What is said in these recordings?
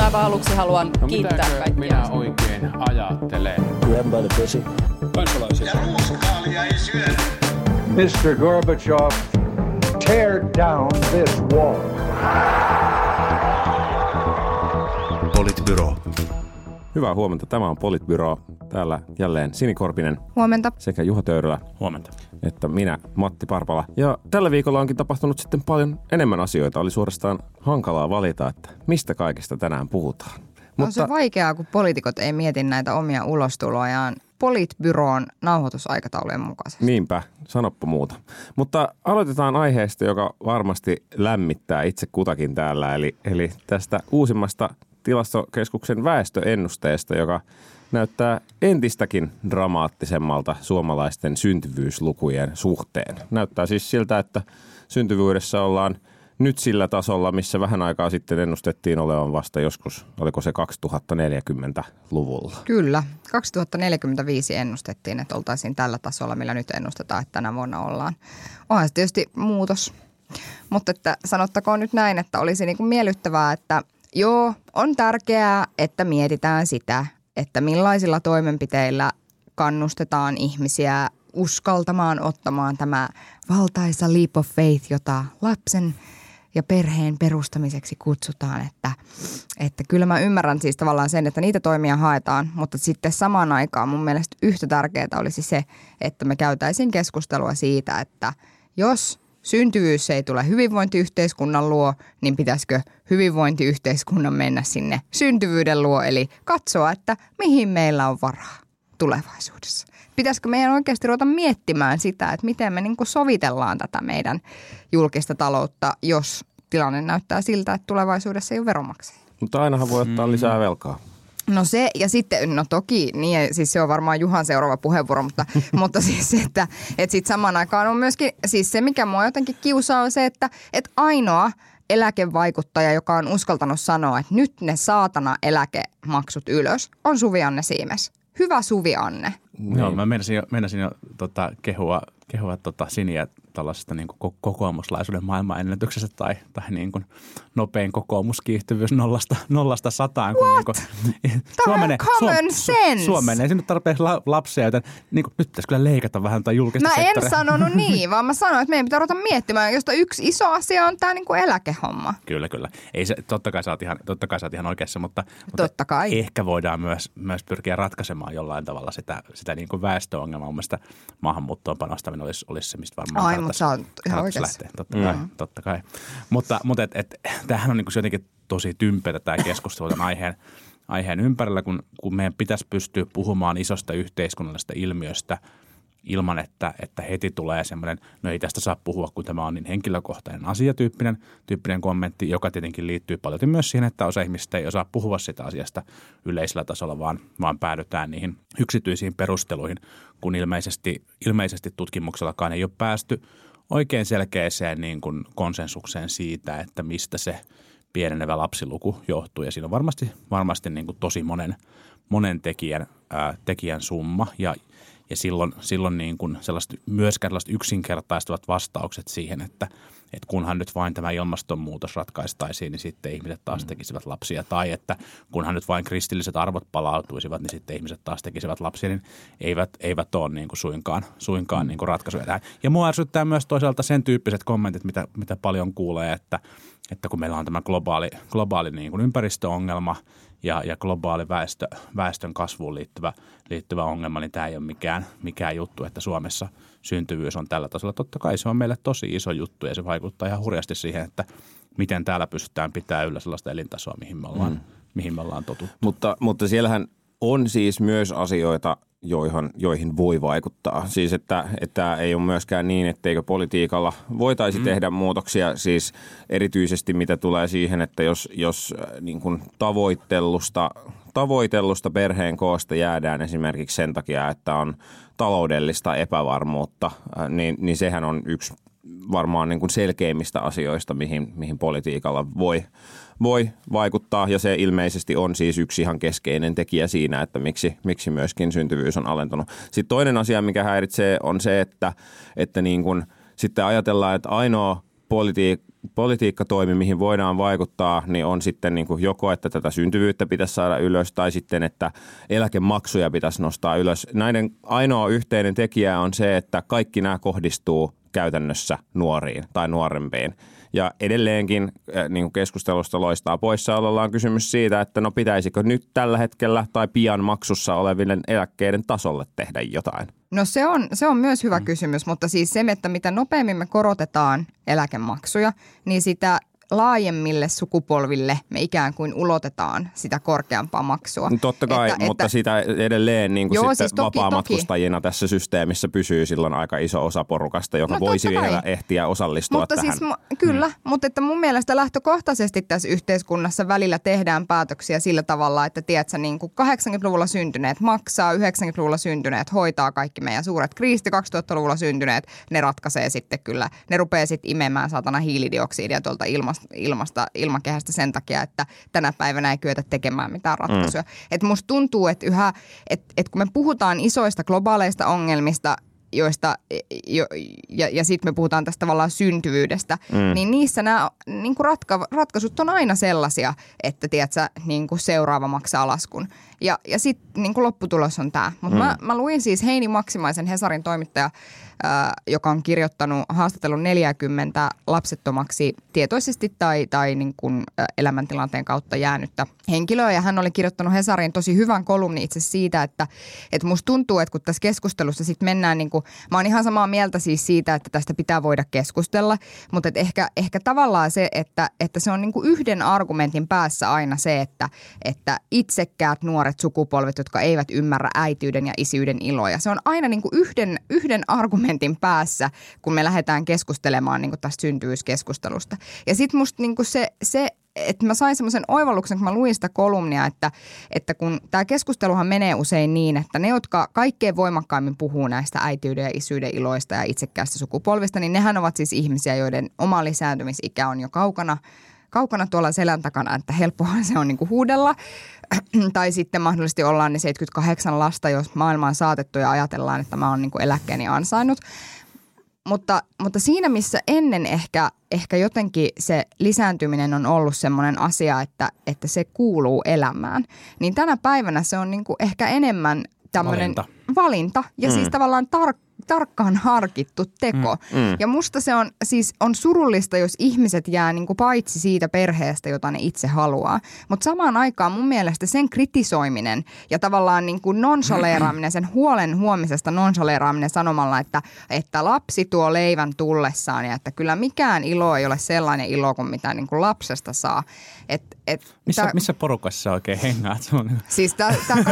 aivan aluksi haluan kiittää kaikkia. Minä oikein ajattelen? Grab by the pussy. Kansalaisia. Ja ruuskaalia ei syödä. Mr. Gorbachev, tear down this wall. Politbyro. Hyvää huomenta. Tämä on Politbyro. Täällä jälleen Sini Korpinen. Huomenta. Sekä Juha Töyrylä. Huomenta. Että minä, Matti Parpala. Ja tällä viikolla onkin tapahtunut sitten paljon enemmän asioita. Oli suorastaan hankalaa valita, että mistä kaikesta tänään puhutaan. On se vaikeaa, kun poliitikot ei mieti näitä omia ulostulojaan Politbyroon nauhoitusaikataulujen mukaisesti. Niinpä, sanoppa muuta. Mutta aloitetaan aiheesta, joka varmasti lämmittää itse kutakin täällä. Eli tästä uusimmasta Tilastokeskuksen väestöennusteesta, joka näyttää entistäkin dramaattisemmalta suomalaisten syntyvyyslukujen suhteen. Näyttää siis siltä, että syntyvyydessä ollaan nyt sillä tasolla, missä vähän aikaa sitten ennustettiin olevan vasta joskus, oliko se 2040-luvulla? Kyllä, 2045 ennustettiin, että oltaisiin tällä tasolla, millä nyt ennustetaan, että tänä vuonna ollaan. Onhan se tietysti muutos, mutta että sanottakoon nyt näin, että olisi niin kuin miellyttävää, että joo, on tärkeää, että mietitään sitä, että millaisilla toimenpiteillä kannustetaan ihmisiä uskaltamaan ottamaan tämä valtaisa leap of faith, jota lapsen ja perheen perustamiseksi kutsutaan. Että kyllä mä ymmärrän siis tavallaan sen, että niitä toimia haetaan, mutta sitten samaan aikaan mun mielestä yhtä tärkeää olisi se, että me käytäisiin keskustelua siitä, että jos syntyvyys ei tule hyvinvointiyhteiskunnan luo, niin pitäisikö hyvinvointiyhteiskunnan mennä sinne syntyvyyden luo, eli katsoa, että mihin meillä on varaa tulevaisuudessa. Pitäisikö meidän oikeasti ruveta miettimään sitä, että miten me niin kuin sovitellaan tätä meidän julkista taloutta, jos tilanne näyttää siltä, että tulevaisuudessa ei ole veronmaksajia. Mutta ainahan voi ottaa lisää velkaa. No se, ja sitten, no toki, niin siis se on varmaan Juhan seuraava puheenvuoro, mutta siis se, että sitten samaan aikaan on myöskin, siis se mikä mua jotenkin kiusaa on se, että ainoa eläkevaikuttaja, joka on uskaltanut sanoa, että nyt ne saatana eläkemaksut ylös, on Suvi-Anne Siimes. Hyvä Suvi-Anne. Joo, mä meinasin jo kehua Siniä tällaisesta niin kuin kokoomuslaisuuden maailmanennätyksestä tai niin kuin nopein kokoomuskiihtyvyys 0–100. Tämä on common sense. Suomeen ei sinne tarpeeksi lapsia, joten niin kuin, nyt pitäisi kyllä leikata vähän tai julkista sektoria. En sanonut niin, vaan mä sanoin, että meidän pitää ruveta miettimään, josta yksi iso asia on tämä niin kuin eläkehomma. Kyllä. Ei se, totta kai sä oot ihan oikeassa, mutta ehkä voidaan myös pyrkiä ratkaisemaan jollain tavalla sitä niin kuin väestöongelmaa. Mun mielestä maahanmuuttoon panostaminen olisi se, mistä varmaan mutta sä oot ihan oikeassa. Totta kai. Mutta tämähän on niin kuin jotenkin tosi tympeätä tämä keskustelu tämän aiheen ympärillä, kun meidän pitäisi pystyä puhumaan isosta yhteiskunnallisesta ilmiöstä ilman, että heti tulee semmoinen, no ei tästä saa puhua, kun tämä on niin henkilökohtainen asiatyyppinen kommentti, joka tietenkin liittyy paljon myös siihen, että osa ihmistä ei osaa puhua sitä asiasta yleisellä tasolla, vaan päädytään niihin yksityisiin perusteluihin, kun ilmeisesti tutkimuksellakaan ei ole päästy oikein selkeäseen niin kuin konsensukseen siitä, että mistä se pienenevä lapsiluku johtuu. Ja siinä on varmasti niin kuin tosi monen tekijän summa ja silloin niin kuin myöskään sellaiset yksinkertaistuvat vastaukset siihen, että kunhan nyt vain tämä ilmastonmuutos ratkaistaisiin, niin sitten ihmiset taas tekisivät lapsia. Tai että kunhan nyt vain kristilliset arvot palautuisivat, niin sitten ihmiset taas tekisivät lapsia, niin eivät ole niin kuin suinkaan niin kuin ratkaisuja tähän. Ja mua ärsyttää myös toisaalta sen tyyppiset kommentit, mitä paljon kuulee, että kun meillä on tämä globaali niin kuin ympäristöongelma ja globaali väestön kasvuun liittyvä ongelma, niin tämä ei ole mikään juttu, että Suomessa syntyvyys on tällä tasolla. Totta kai se on meille tosi iso juttu ja se vaikuttaa ihan hurjasti siihen, että miten täällä pystytään pitämään yllä sellaista elintasoa, mihin me ollaan totuttu. Mutta siellähän on siis myös asioita, joihin voi vaikuttaa. Siis että ei ole myöskään niin, etteikö politiikalla voitaisi tehdä muutoksia, siis erityisesti mitä tulee siihen, että jos niin kuin tavoitellusta perheen koosta jäädään esimerkiksi sen takia, että on taloudellista epävarmuutta, niin sehän on yksi varmaan niin kuin selkeimmistä asioista, mihin politiikalla voi vaikuttaa, ja se ilmeisesti on siis yksi ihan keskeinen tekijä siinä, että miksi myöskin syntyvyys on alentunut. Sitten toinen asia, mikä häiritsee, on se, että niin kuin sitten ajatellaan, että ainoa politiikkatoimi, mihin voidaan vaikuttaa, niin on sitten niin kuin joko, että tätä syntyvyyttä pitäisi saada ylös tai sitten, että eläkemaksuja pitäisi nostaa ylös. Näiden ainoa yhteinen tekijä on se, että kaikki nämä kohdistuu käytännössä nuoriin tai nuorempiin. Ja edelleenkin niin kuin keskustelusta loistaa poissaolollaan kysymys siitä, että no pitäisikö nyt tällä hetkellä tai pian maksussa oleville eläkkeiden tasolle tehdä jotain? No se on myös hyvä kysymys, mutta siis se, että mitä nopeammin me korotetaan eläkemaksuja, niin sitä laajemmille sukupolville me ikään kuin ulotetaan sitä korkeampaa maksua. No totta kai, mutta sitä edelleen niin kuin joo, sitten siis vapaamatkustajina tässä systeemissä pysyy silloin aika iso osa porukasta, joka voisi vielä ehtiä osallistua mutta tähän. Siis, kyllä, mutta että mun mielestä lähtökohtaisesti tässä yhteiskunnassa välillä tehdään päätöksiä sillä tavalla, että tiedätkö, niin kuin 80-luvulla syntyneet maksaa, 90-luvulla syntyneet hoitaa kaikki meidän suuret kriisit, 2000-luvulla syntyneet, ne ratkaisee sitten kyllä, ne rupeaa sitten imemään saatana hiilidioksidia tuolta ilmakehästä sen takia, että tänä päivänä ei kyetä tekemään mitään ratkaisuja. Että musta tuntuu, että yhä, että kun me puhutaan isoista globaaleista ongelmista, ja sitten me puhutaan tästä tavallaan syntyvyydestä, niin niissä nämä niin kuin ratkaisut on aina sellaisia, että tiedätkö, niin kuin seuraava maksaa laskun. Ja sitten niin kuin lopputulos on tämä. Mutta mä luin siis Heini Maksimaisen, Hesarin toimittaja, joka on kirjoittanut haastattelun 40 lapsettomaksi tietoisesti tai niin kuin elämäntilanteen kautta jäänyttä henkilöä. Ja hän oli kirjoittanut Hesariin tosi hyvän kolumnin itse siitä, että musta tuntuu, että kun tässä keskustelussa sitten mennään, niin kuin, mä oon ihan samaa mieltä siis siitä, että tästä pitää voida keskustella, mutta ehkä tavallaan se, että se on niin kuin yhden argumentin päässä aina se, että itsekkäät nuoret sukupolvet, jotka eivät ymmärrä äitiyden ja isyyden iloja. Se on aina niin kuin yhden argumentin päässä, kun me lähdetään keskustelemaan niin kuin tästä syntyvyyskeskustelusta. Ja sitten musta niin kuin se, että mä sain semmoisen oivalluksen, kun mä luin sitä kolumnia, että kun tämä keskusteluhan menee usein niin, että ne, jotka kaikkein voimakkaimmin puhuu näistä äitiyden ja isyyden iloista ja itsekkäästä sukupolvista, niin nehän ovat siis ihmisiä, joiden oma lisääntymisikä on jo kaukana tuolla selän takana, että helppohan se on niin kuin huudella. Tai sitten mahdollisesti ollaan ne 78 lasta, jos maailmaan saatettu ja ajatellaan, että mä oon niin kuin eläkkeeni ansainnut. Mutta siinä, missä ennen ehkä jotenkin se lisääntyminen on ollut semmoinen asia, että se kuuluu elämään, niin tänä päivänä se on niin kuin ehkä enemmän tämmöinen valinta ja siis tavallaan tarkkaan harkittu teko. Ja musta se on surullista, jos ihmiset jää niin kuin paitsi siitä perheestä, jota ne itse haluaa. Mutta samaan aikaan mun mielestä sen kritisoiminen ja tavallaan niin kuin nonchaleeraaminen, sen huolen huomisesta nonchaleeraaminen sanomalla, että lapsi tuo leivän tullessaan ja että kyllä mikään ilo ei ole sellainen ilo kuin mitä niin kuin lapsesta saa. Missä porukassa oikein hengaat? Siis tää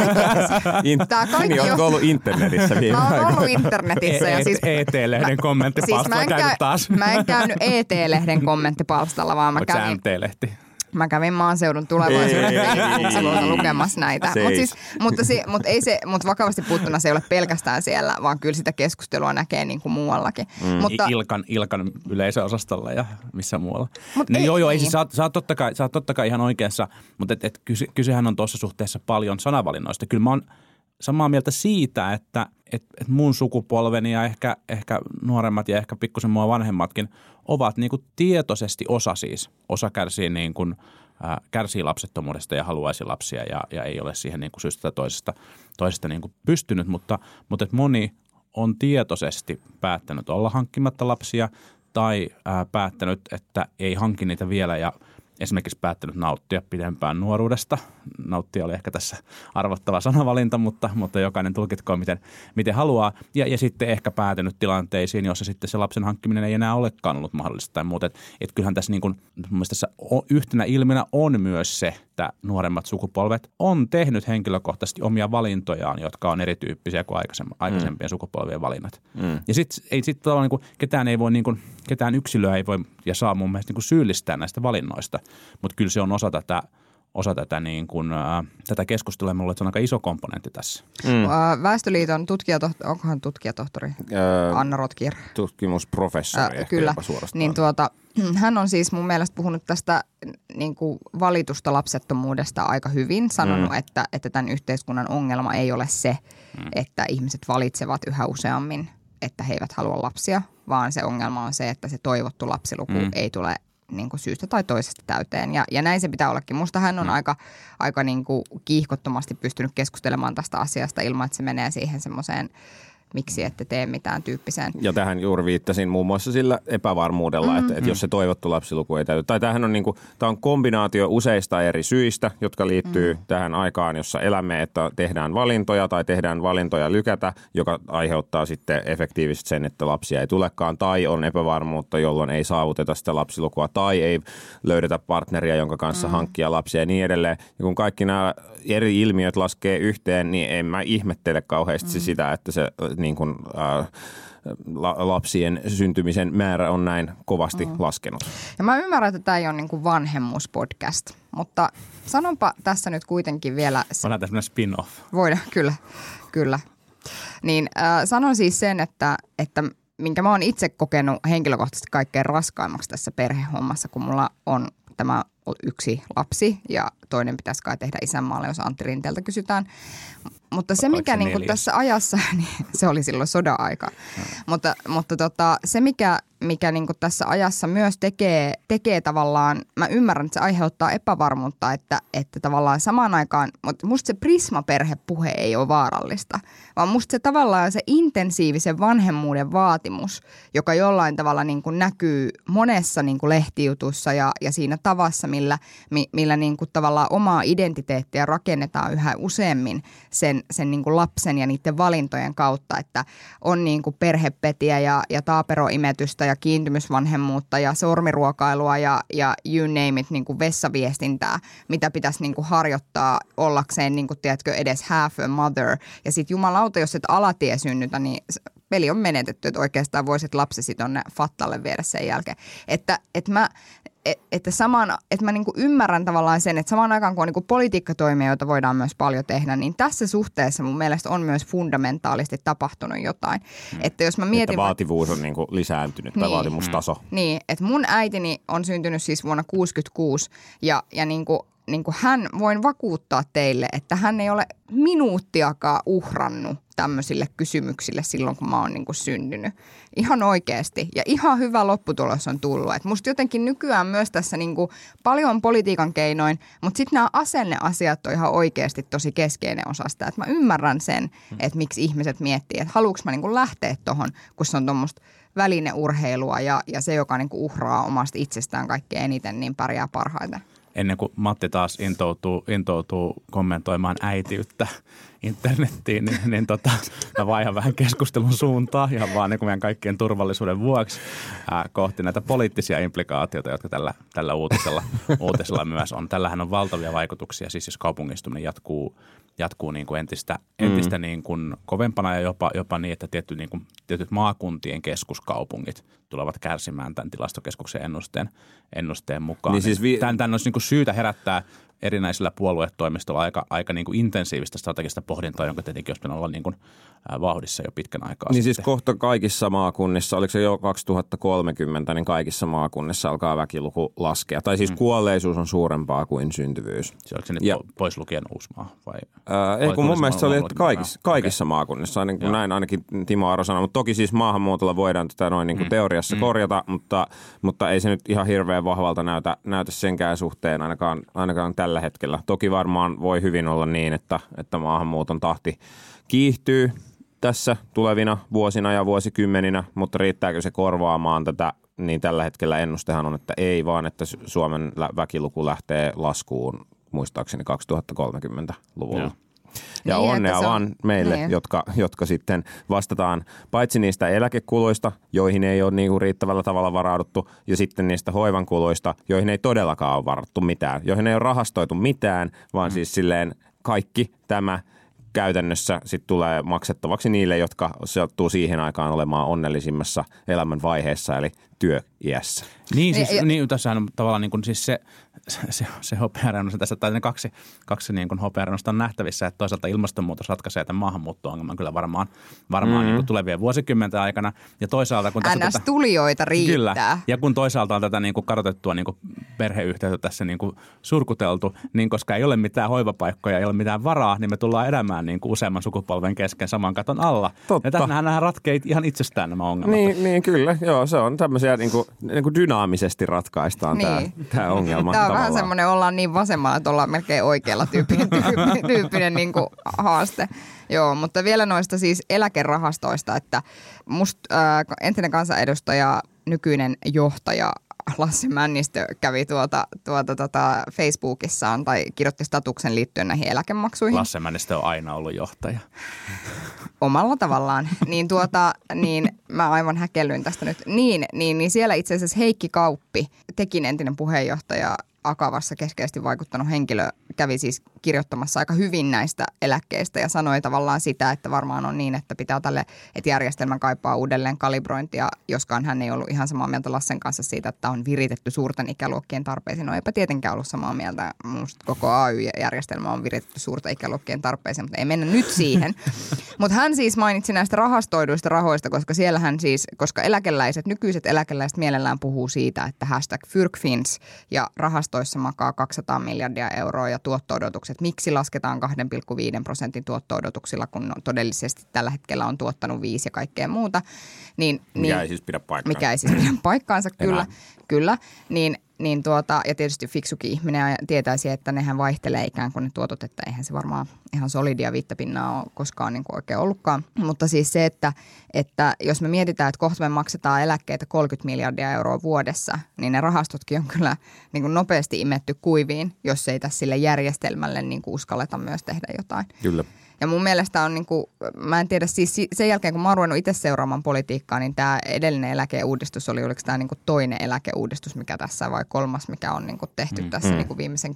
kaikki on ollut internetissä viime aikoina. Mä oon ollut internetissä. Ja siis, ET-lehden kommenttipalstalla siis käynyt taas. Mä en käynyt ET-lehden kommenttipalstalla, vaan mä kävin Maaseudun Tulevaisuuden Facebook-sivuilta lukemassa näitä. Mutta vakavasti puuttuna se ei ole pelkästään siellä, vaan kyllä sitä keskustelua näkee niin kuin muuallakin. Mutta Ilkan yleisöosastolla ja missä muualla. Niin. Siis sä oot totta kai ihan oikeassa, mutta kysehän on tuossa suhteessa paljon sanavalinnoista. Kyllä mä oon samaa mieltä siitä, että mun sukupolveni ja ehkä nuoremmat ja ehkä pikkusen mua vanhemmatkin ovat niin kuin tietoisesti osa kärsii niin kuin, kärsii lapsettomuudesta ja haluaisi lapsia ja ei ole siihen niin kuin syystä tai toisesta niin kuin pystynyt, mutta että moni on tietoisesti päättänyt olla hankkimatta lapsia tai päättänyt, että ei hanki niitä vielä ja esimerkiksi päättänyt nauttia pidempään nuoruudesta. Nauttia oli ehkä tässä arvottava sanavalinta, mutta jokainen tulkitkoon miten haluaa. Ja sitten ehkä päätynyt tilanteisiin, jossa sitten se lapsen hankkiminen ei enää olekaan ollut mahdollista tai muuta. Et kyllähän tässä, niin kuin, mun mielestä tässä yhtenä ilmiönä on myös se, että nuoremmat sukupolvet on tehnyt henkilökohtaisesti omia valintojaan, jotka on erityyppisiä kuin aikaisempien sukupolvien valinnat. Ja sitten ketään yksilöä ei voi ja saa mun mielestä niin kuin syyllistää näistä valinnoista, mutta kyllä se on osa tätä, niin kuin, tätä keskustelua. Minulla on aika iso komponentti tässä. Väestöliiton onkohan tutkijatohtori Anna Rotkir? Tutkimusprofessori kyllä. Niin hän on siis mun mielestä puhunut tästä niin kuin valitusta lapsettomuudesta aika hyvin. Sanonut, että tämän yhteiskunnan ongelma ei ole se, että ihmiset valitsevat yhä useammin, että he eivät halua lapsia, vaan se ongelma on se, että se toivottu lapsiluku ei tule niin kuin syystä tai toisesta täyteen. Ja näin se pitää ollakin. Musta hän on aika niin kuin kiihkottomasti pystynyt keskustelemaan tästä asiasta ilman, että se menee siihen semmoiseen miksi ette tee mitään tyyppiseen. Ja tähän juuri viittasin muun muassa sillä epävarmuudella, että jos se toivottu lapsiluku ei täyty. Tai tämähän on, tämä on kombinaatio useista eri syistä, jotka liittyy tähän aikaan, jossa elämme, että tehdään valintoja tai tehdään valintoja lykätä, joka aiheuttaa sitten efektiivisesti sen, että lapsia ei tulekaan. Tai on epävarmuutta, jolloin ei saavuteta sitä lapsilukua tai ei löydetä partneria, jonka kanssa hankkia lapsia ja niin edelleen. Ja kun kaikki nämä eri ilmiöt laskee yhteen, niin en mä ihmettele kauheasti sitä, että se niin kuin, lapsien syntymisen määrä on näin kovasti laskenut. Ja mä ymmärrän, että tämä ei ole niin kuin vanhemmuuspodcast, mutta sanonpa tässä nyt kuitenkin vielä. Voidaan tämmöinen spin-off. Voidaan, kyllä. Niin sanon siis sen, että minkä mä oon itse kokenut henkilökohtaisesti kaikkein raskaimmaksi tässä perhehommassa, kun mulla on tämä yksi lapsi ja toinen pitäisi kai tehdä isänmaalle, jos Antti Rinteeltä kysytään. Mutta se, mikä niin kuin tässä ajassa, niin se oli silloin sodan aika. Mutta se, mikä niin kuin tässä ajassa myös tekee tavallaan, mä ymmärrän, että se aiheuttaa epävarmuutta, että tavallaan samaan aikaan, mutta musta se Prisma-perhepuhe ei ole vaarallista, vaan musta se tavallaan se intensiivisen vanhemmuuden vaatimus, joka jollain tavalla niin kuin näkyy monessa niin kuin lehtijutussa ja siinä tavassa, millä niin kuin tavallaan omaa identiteettiä rakennetaan yhä useammin sen niin kuin lapsen ja niiden valintojen kautta, että on niin kuin perhepetiä ja taaperoimetystä ja kiintymysvanhemmuutta ja sormiruokailua ja you name it, niin kuin vessaviestintää, mitä pitäisi niin kuin harjoittaa ollakseen, niin kuin, tiedätkö, edes half a mother. Ja sitten jumalauta, jos et alatie synnytä, niin peli on menetetty, että oikeastaan voisit lapsesi tonne fattalle viedä sen jälkeen. Että mä niinku ymmärrän tavallaan sen, että samaan aikaan kun on niinku politiikkatoimia, joita voidaan myös paljon tehdä, niin tässä suhteessa mun mielestä on myös fundamentaalisti tapahtunut jotain. Että jos mä mietin, että vaativuus on niinku lisääntynyt tai vaatimustaso. Niin, että mun äitini on syntynyt siis vuonna 1966 ja niin kuin hän, voin vakuuttaa teille, että hän ei ole minuuttiakaan uhrannut tämmöisille kysymyksille silloin, kun mä oon niin kuin syntynyt. Ihan oikeasti. Ja ihan hyvä lopputulos on tullut. Et musta jotenkin nykyään myös tässä niin kuin paljon politiikan keinoin, mutta sitten nämä asenneasiat on ihan oikeasti tosi keskeinen osa sitä. Että mä ymmärrän sen, että miksi ihmiset miettii, että haluuks mä niin kuin lähteä tohon, kun se on tuommoista välineurheilua ja se, joka niin kuin uhraa omasta itsestään kaikkein eniten, niin pärjää parhaiten. Ennen kuin Matti taas intoutuu kommentoimaan äitiyttä internettiin, niin mä vaihan vähän keskustelun suuntaan ihan vaan niin kuin meidän kaikkien turvallisuuden vuoksi kohti näitä poliittisia implikaatioita, jotka tällä uutisella myös on. Tällähän on valtavia vaikutuksia, siis jos kaupungistuminen jatkuu niin kuin entistä niin kuin kovempana ja jopa niin, että tietyt maakuntien keskuskaupungit tulevat kärsimään tämän tilastokeskuksen ennusteen mukaan. Niin siis tämän olisi niin kuin syytä herättää erinäisillä puoluetoimistolla aika niin kuin intensiivistä strategista pohdintaa, jonka tietenkin olisi pitänyt olla niin kuin vauhdissa jo pitkän aikaa. Niin sitten. Siis kohta kaikissa maakunnissa, oliko se jo 2030, niin kaikissa maakunnissa alkaa väkiluku laskea. Tai siis kuolleisuus on suurempaa kuin syntyvyys. Se oliko se nyt pois lukien Uusimaa? Vai? Ei, kun mun mielestä se oli, että kaikissa maakunnissa, näin ainakin Timo Aro sanoi. Mutta toki siis maahanmuutolla voidaan tätä noin niin kuin teoriassa korjata, mutta ei se nyt ihan hirveän vahvalta näytä senkään suhteen ainakaan tällä hetkellä. Toki varmaan voi hyvin olla niin, että maahanmuuton tahti kiihtyy tässä tulevina vuosina ja vuosikymmeninä, mutta riittääkö se korvaamaan tätä, niin tällä hetkellä ennustehan on, että ei, vaan että Suomen väkiluku lähtee laskuun muistaakseni 2030-luvulla. Joo. Ja niin, onnea vaan meille, niin. jotka sitten vastataan paitsi niistä eläkekuluista, joihin ei ole niinku riittävällä tavalla varauduttu, ja sitten niistä hoivan kuluista, joihin ei todellakaan ole varattu mitään, joihin ei ole rahastoitu mitään, vaan siis silleen kaikki tämä käytännössä sitten tulee maksettavaksi niille, jotka sattuu siihen aikaan olemaan onnellisimmassa elämän vaiheessa, eli työiässä. Niin, siis, tässähän on tavallaan niin kuin siis se hopeareunus tässä, tai ne kaksi niin kuin hopeareunusta on nähtävissä, että toisaalta ilmastonmuutos ratkaisee tämän maahanmuutto-ongelman kyllä varmaan niin kuin tulevien vuosikymmenten aikana. Ja toisaalta kun tässä NS-tulijoita riittää. Kyllä, ja kun toisaalta on tätä niin kuin kadotettua niin kuin perheyhteyttä tässä niin kuin surkuteltu, niin koska ei ole mitään hoivapaikkoja, ei ole mitään varaa, niin me tullaan elämään niin kuin useamman sukupolven kesken saman katon alla. Totta. Ja tässähän ratkee ihan itsestään nämä ongelmat. Niin kyllä. Joo, se on tämmöisiä niin kuin dynaamisesti ratkaistaan tämä ongelma. Tämä on vähän semmoinen, ollaan niin vasemmalla, että ollaan melkein oikealla tyyppinen niin kuin haaste. Joo, mutta vielä noista siis eläkerahastoista, että entinen kansanedustaja, nykyinen johtaja Lasse Männistö kävi Facebookissaan tai kirjoitti statuksen liittyen näihin eläkemaksuihin. Lasse Männistö on aina ollut johtaja. Omalla tavallaan. Niin mä aivan häkellyin tästä nyt. Niin siellä itse asiassa Heikki Kauppi, Tekin entinen puheenjohtaja, Akavassa keskeisesti vaikuttanut henkilö, kävi siis kirjoittamassa aika hyvin näistä eläkkeistä ja sanoi tavallaan sitä, että varmaan on niin, että pitää että järjestelmä kaipaa uudelleen kalibrointia, joskaan hän ei ollut ihan samaa mieltä Lassen kanssa siitä, että on viritetty suurten ikäluokkien tarpeisiin. No eipä tietenkään ollut samaa mieltä. Minusta koko AY-järjestelmä on viritetty suurten ikäluokkien tarpeisiin, mutta ei mennä nyt siihen. Mutta hän siis mainitsi näistä rahastoiduista rahoista, koska siellähän siis, koska nykyiset eläkeläiset mielellään puhuu siitä, että #fyrkfinns ja rahastoissa makaa 200 miljardia euroa ja tuotto-odotukset. Miksi lasketaan 2,5% tuotto-odotuksilla, kun todellisesti tällä hetkellä on tuottanut 5 ja kaikkea muuta. Mikä ei siis pidä paikkaansa. Mikä ei siis pidä paikkaansa, kyllä. Ja tietysti fiksukin ihminen tietäisi, että nehän vaihtelee ikään kuin ne tuotot, että eihän se varmaan ihan solidia 5% ole koskaan niin kuin oikein ollutkaan. Mutta siis se, että jos me mietitään, että kohta me maksetaan eläkkeitä 30 miljardia euroa vuodessa, niin ne rahastotkin on kyllä niin kuin nopeasti imetty kuiviin, jos ei tässä sille järjestelmälle niin kuin uskalleta myös tehdä jotain. Kyllä. Ja mun mielestä on niin kuin, mä en tiedä, siis sen jälkeen kun mä oon ruvennut itse seuraamaan politiikkaa, niin tämä edellinen eläkeuudistus oliko tämä niin kuin toinen eläkeuudistus, mikä tässä vai kolmas, mikä on niin kuin tehty tässä niin kuin viimeisen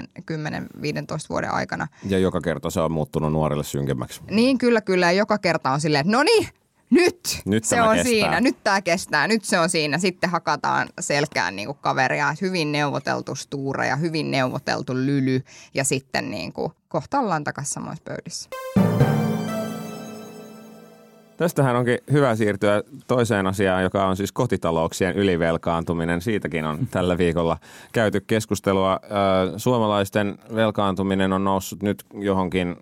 10-15 vuoden aikana. Ja joka kerta se on muuttunut nuorille synkemmäksi. Niin kyllä, ja joka kerta on silleen, että no niin, nyt se on kestää. Siinä, nyt tämä kestää, nyt se on siinä. Sitten hakataan selkään niin kuin kaveria, että hyvin neuvoteltu stuura ja hyvin neuvoteltu lyly ja sitten niin kuin kohta ollaan takaisin samoissa pöydissä. Tästähän onkin hyvä siirtyä toiseen asiaan, joka on siis kotitalouksien ylivelkaantuminen. Siitäkin on tällä viikolla käyty keskustelua. Suomalaisten velkaantuminen on noussut nyt johonkin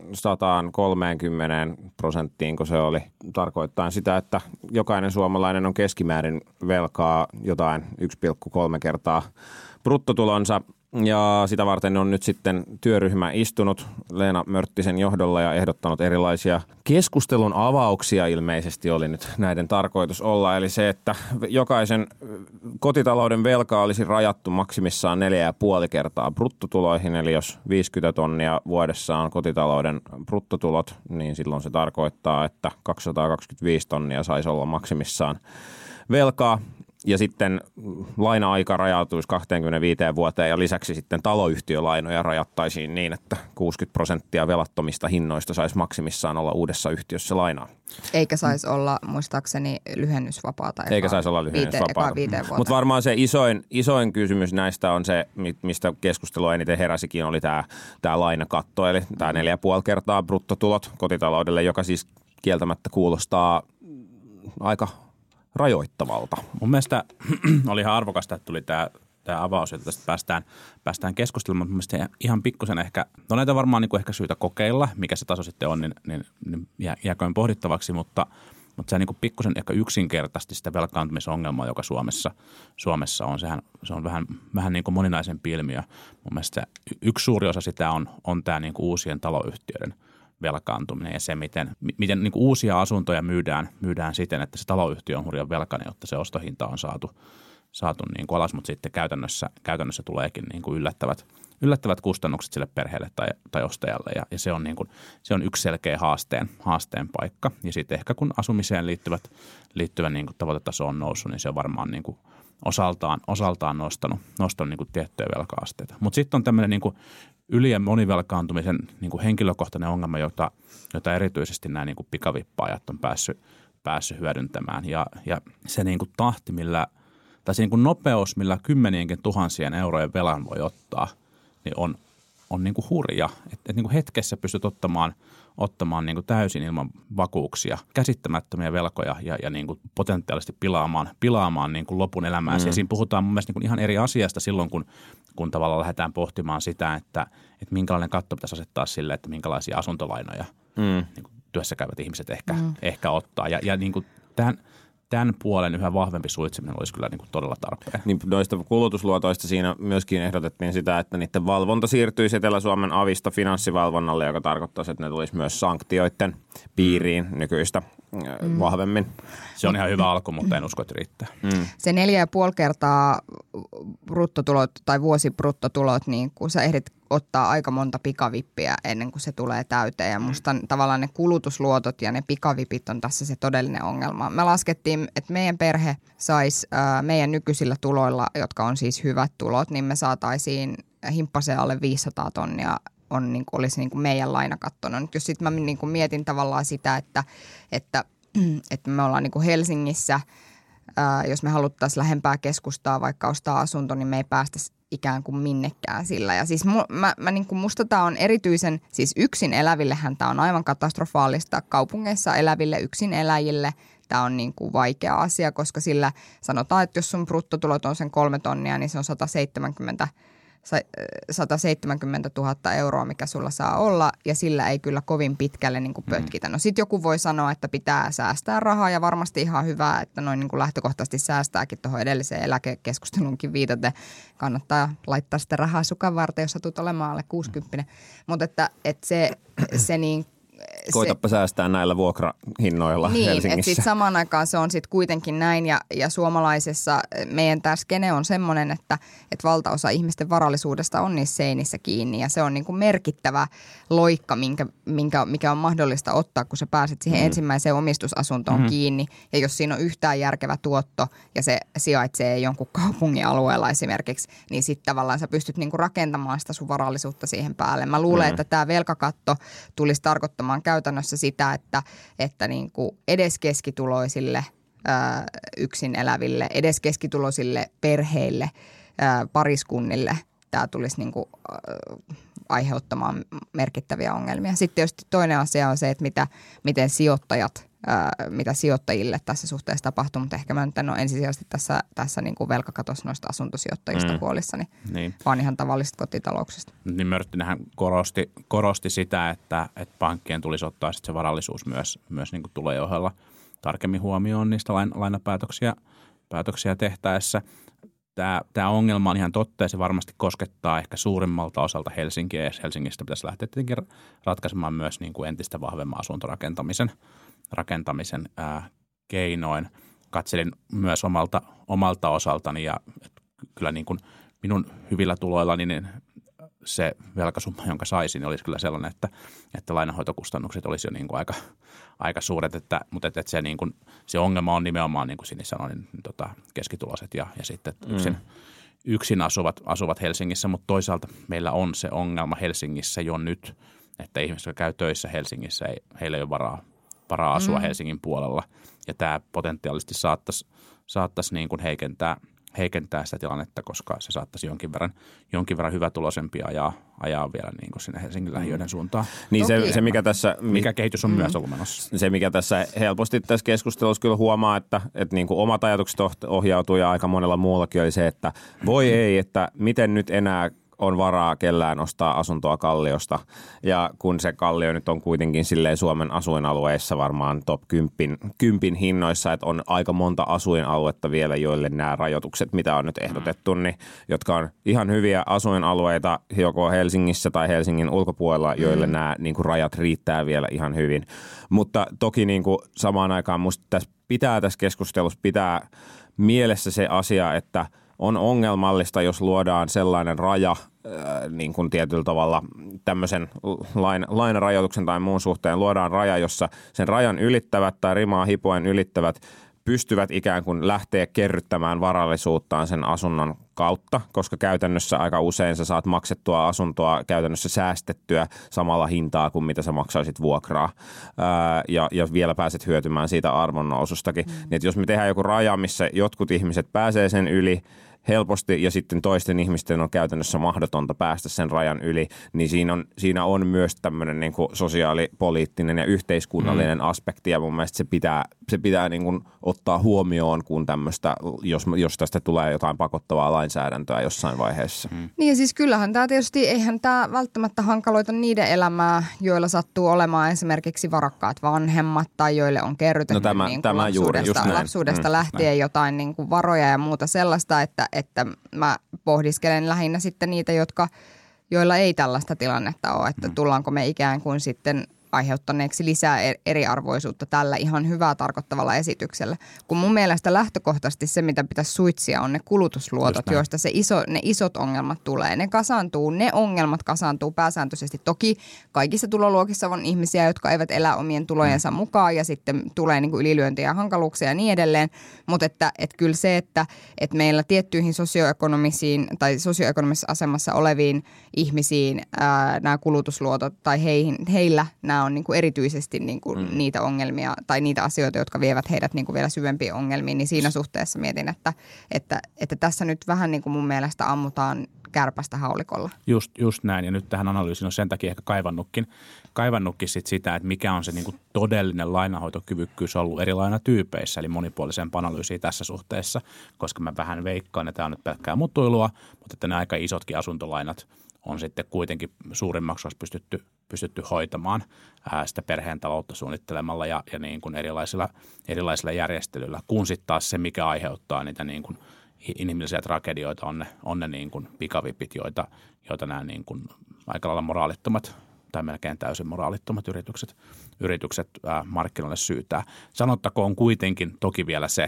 130%, kun se oli tarkoittain sitä, että jokainen suomalainen on keskimäärin velkaa jotain 1,3 kertaa bruttotulonsa. Ja sitä varten on nyt sitten työryhmä istunut Leena Mörttisen johdolla ja ehdottanut erilaisia keskustelun avauksia ilmeisesti oli nyt näiden tarkoitus olla. Eli se, että jokaisen kotitalouden velka olisi rajattu maksimissaan 4,5 kertaa bruttotuloihin. Eli jos 50 tonnia vuodessa on kotitalouden bruttotulot, niin silloin se tarkoittaa, että 225 tonnia saisi olla maksimissaan velkaa. Ja sitten laina-aika rajautuisi 25 vuoteen ja lisäksi sitten taloyhtiölainoja rajattaisiin niin, että 60% velattomista hinnoista saisi maksimissaan olla uudessa yhtiössä lainaa. Eikä saisi olla muistaakseni lyhennysvapaata. Eikä saisi olla lyhennysvapaata. Mutta varmaan se isoin kysymys näistä on se, mistä keskustelua eniten heräsikin, oli tämä lainakatto. Eli tämä 4,5 kertaa bruttotulot kotitaloudelle, joka siis kieltämättä kuulostaa aika rajoittavalta. Mun mielestä oli ihan arvokasta, että tuli tämä avaus, että tästä päästään keskustelemaan, mutta mun mielestä ihan pikkusen ehkä, no näitä varmaan niin kuin ehkä syytä kokeilla, mikä se taso sitten on, niin jääköön pohdittavaksi, mutta se niin kuin pikkusen ehkä yksinkertaisesti sitä velkaantumisongelmaa, joka Suomessa on. Se on vähän niin kuin moninaisempi ilmiö. Mun mielestä yksi suuri osa sitä on tämä niin kuin uusien taloyhtiöiden velkaantuminen ja se, miten niin kuin uusia asuntoja myydään siten, että se taloyhtiö on hurjan velkainen, jotta se ostohinta on saatu niin kuin alas, mutta sitten käytännössä tuleekin niin kuin yllättävät kustannukset sille perheelle tai ostajalle ja se on yksi selkeä haasteen paikka. Ja sitten ehkä kun asumiseen liittyvä niin kuin tavoitetaso on noussut, niin se on varmaan niin kuin osaltaan nostanut niin kuin tiettyjä velka-asteita. Mutta sitten on tämmöinen niin kuin yli- ja monivelkaantumisen niin kuin henkilökohtainen ongelma, jota erityisesti nämä niin kuin pikavippaajat on päässyt hyödyntämään. Ja se niin kuin tahti, millä tai se niin kuin nopeus, millä kymmenienkin tuhansien eurojen velan voi ottaa, niin on niin kuin hurja. Että niin kuin hetkessä pystyt ottamaan niin kuin täysin ilman vakuuksia käsittämättömiä velkoja ja niin kuin potentiaalisesti pilaamaan niin kuin lopun elämääsi. Ja siinä puhutaan mun mielestä niin kuin ihan eri asiasta silloin, kun tavallaan lähdetään pohtimaan sitä, että minkälainen katto pitäisi asettaa sille, että minkälaisia asuntolainoja niin kuin työssä käyvät ihmiset ehkä ottaa. Ja niin kuin tämän puolen yhä vahvempi suitseminen olisi kyllä niin kuin todella tarpeen. Niin noista kulutusluotoista siinä myöskin ehdotettiin sitä, että niiden valvonta siirtyisi Etelä-Suomen avista finanssivalvonnalle, joka tarkoittaisi, että ne tulisi myös sanktioiden piiriin nykyistä vahvemmin. Se on ihan hyvä alku, mutta en usko, että riittää. Se 4,5 kertaa bruttotulot tai vuosibruttotulot, niin kun sä ehdit ottaa aika monta pikavippiä ennen kuin se tulee täyteen. Ja musta tavallaan ne kulutusluotot ja ne pikavipit on tässä se todellinen ongelma. Me laskettiin, että meidän perhe saisi meidän nykyisillä tuloilla, jotka on siis hyvät tulot, niin me saataisiin himppaseen alle 500 tonnia olisi niin kuin meidän lainakatto. No nyt jos sitten mä niin kuin mietin tavallaan sitä, että me ollaan niin kuin Helsingissä, jos me haluttaisiin lähempää keskustaa vaikka ostaa asunto, niin me ei päästä ikään kuin minnekään sillä. Ja siis mä niin kuin musta tämä on erityisen, siis yksin elävillehän tämä on aivan katastrofaalista. Kaupungeissa eläville yksin eläjille tämä on niin kuin vaikea asia, koska sillä sanotaan, että jos sun bruttotulot on sen 3 tonnia, niin se on 170 000 euroa, mikä sulla saa olla, ja sillä ei kyllä kovin pitkälle niin kuin pötkitä. No sit joku voi sanoa, että pitää säästää rahaa, ja varmasti ihan hyvä, että noin niin kuin lähtökohtaisesti säästääkin tuohon edelliseen eläkekeskustelunkin viitaten. Kannattaa laittaa sitä rahaa sukan varten, jos satut olemaan alle 60. Mutta että se niin koitapa säästää näillä vuokrahinnoilla Helsingissä. Niin, että sitten samaan aikaan se on sitten kuitenkin näin ja suomalaisessa meidän tämä skene on semmoinen, että valtaosa ihmisten varallisuudesta on niissä seinissä kiinni ja se on niin kuin merkittävä loikka, mikä on mahdollista ottaa, kun sä pääset siihen ensimmäiseen omistusasuntoon kiinni ja jos siinä on yhtään järkevä tuotto ja se sijaitsee jonkun kaupungin alueella esimerkiksi, niin sitten tavallaan sä pystyt niin kuin rakentamaan sitä sun varallisuutta siihen päälle. Mä luulen, että tämä velkakatto tulisi tarkoittamaan käytännössä sitä, että niin kuin edes keskituloisille yksin eläville, edes keskituloisille perheille, pariskunnille tämä tulisi niin kuin aiheuttamaan merkittäviä ongelmia. Sitten tietysti toinen asia on se, että mitä sijoittajille tässä suhteessa tapahtuu, mutta ehkä mä nyt en ole ensisijaisesti tässä niin kuin velkakatossa noista asuntosijoittajista huolissani, vaan ihan tavallisista kotitalouksista. Niin Mörttinenhän korosti sitä, että pankkien tulisi ottaa sitten se varallisuus myös niin kuin tulojen ohella tarkemmin huomioon niistä lainapäätöksiä tehtäessä. Tämä ongelma on ihan totta ja se varmasti koskettaa ehkä suurimmalta osalta Helsinkiä ja Helsingistä pitäisi lähteä tietenkin ratkaisemaan myös niin kuin entistä vahvemman asuntorakentamisen keinoin. Katselin myös omalta osaltani ja kyllä niin kuin minun hyvillä tuloillani niin se velkasumma, jonka saisin, olisi kyllä sellainen, että lainanhoitokustannukset olisi jo niin kuin aika suuret, mutta se, niin kuin, se ongelma on nimenomaan, niin kuin Sini sanoi, niin, keskituloiset ja sitten yksin asuvat Helsingissä, mutta toisaalta meillä on se ongelma Helsingissä jo nyt, että ihmiset, jotka käy töissä Helsingissä, heillä ei ole varaa asua Helsingin puolella ja tämä potentiaalisesti saattaisi niin kuin heikentää sitä tilannetta, koska se saattaisi jonkin verran hyvätuloisempia ajaa vielä niin kuin sinne Helsingin lähiöiden suuntaan. Niin se mikä tässä mikä kehitys on myös ollut menossa. Se mikä tässä helposti tässä keskustelussa kyllä huomaa, että niin kuin omat ajatukset ohjautuu ja aika monella muullakin oli se, että voi ei, että miten nyt enää on varaa kellään ostaa asuntoa Kalliosta. Ja kun se Kallio nyt on kuitenkin silleen Suomen asuinalueissa varmaan top 10 hinnoissa, että on aika monta asuinaluetta vielä, joille nämä rajoitukset, mitä on nyt ehdotettu, niin, jotka on ihan hyviä asuinalueita joko Helsingissä tai Helsingin ulkopuolella, joille nämä niin kuin rajat riittää vielä ihan hyvin. Mutta toki niin kuin samaan aikaan musta tässä keskustelussa pitää mielessä se asia, että on ongelmallista, jos luodaan sellainen raja niin kuin tietyllä tavalla tämmöisen lainarajoituksen tai muun suhteen luodaan raja, jossa sen rajan ylittävät tai rimaa hipoen ylittävät pystyvät ikään kuin lähteä kerryttämään varallisuuttaan sen asunnon kautta, koska käytännössä aika usein sä saat maksettua asuntoa käytännössä säästettyä samalla hintaa kuin mitä sä maksaisit vuokraa ja vielä pääset hyötymään siitä arvonnousustakin. Niin, että jos me tehdään joku raja, missä jotkut ihmiset pääsee sen yli helposti ja sitten toisten ihmisten on käytännössä mahdotonta päästä sen rajan yli, niin siinä on myös tämmöinen niin kuin sosiaalipoliittinen ja yhteiskunnallinen aspekti ja mun mielestä se pitää niin kuin ottaa huomioon, kun tämmöistä, jos tästä tulee jotain pakottavaa lainsäädäntöä jossain vaiheessa. Niin ja siis kyllähän tämä tietysti, eihän tämä välttämättä hankaloita niiden elämää, joilla sattuu olemaan esimerkiksi varakkaat vanhemmat tai joille on kerrytetty lapsuudesta lähtien jotain niin kuin varoja ja muuta sellaista, että mä pohdiskelen lähinnä sitten niitä, joilla ei tällaista tilannetta ole, että tullaanko me ikään kuin sitten aiheuttaneeksi lisää eriarvoisuutta tällä ihan hyvää tarkoittavalla esityksellä. Kun mun mielestä lähtökohtaisesti se, mitä pitäisi suitsia, on ne kulutusluotot, joista ne isot ongelmat tulee. Ne ongelmat kasaantuu pääsääntöisesti. Toki kaikissa tuloluokissa on ihmisiä, jotka eivät elä omien tulojensa mukaan ja sitten tulee niin kuin ylilyöntiä ja hankaluuksia ja niin edelleen. Mutta että kyllä se, että meillä tiettyihin sosioekonomisessa asemassa oleviin ihmisiin nämä kulutusluotot tai heillä nämä on niin kuin erityisesti niin kuin niitä ongelmia tai niitä asioita, jotka vievät heidät niin kuin vielä syvempiin ongelmiin, niin siinä suhteessa mietin, että tässä nyt vähän niin kuin mun mielestä ammutaan kärpästä haulikolla. Just näin, ja nyt tähän analyysiin on sen takia ehkä kaivannutkin sitä, että mikä on se niin kuin todellinen lainanhoitokyvykkyys ollut eri lainatyypeissä, eli monipuolisempaa analyysiä tässä suhteessa, koska mä vähän veikkaan, että tämä on nyt pelkkää mutuilua, mutta että ne aika isotkin asuntolainat on sitten kuitenkin suurimmaksi olisi pystytty hoitamaan sitä perheen taloutta suunnittelemalla ja niin kuin erilaisilla järjestelyillä, kun sitten taas se, mikä aiheuttaa niitä niin kuin inhimillisiä tragedioita, on ne niin kuin pikavipit, joita nämä niin kuin aika lailla moraalittomat tai melkein täysin moraalittomat yritykset markkinoille syytää. Sanottakoon kuitenkin toki vielä se,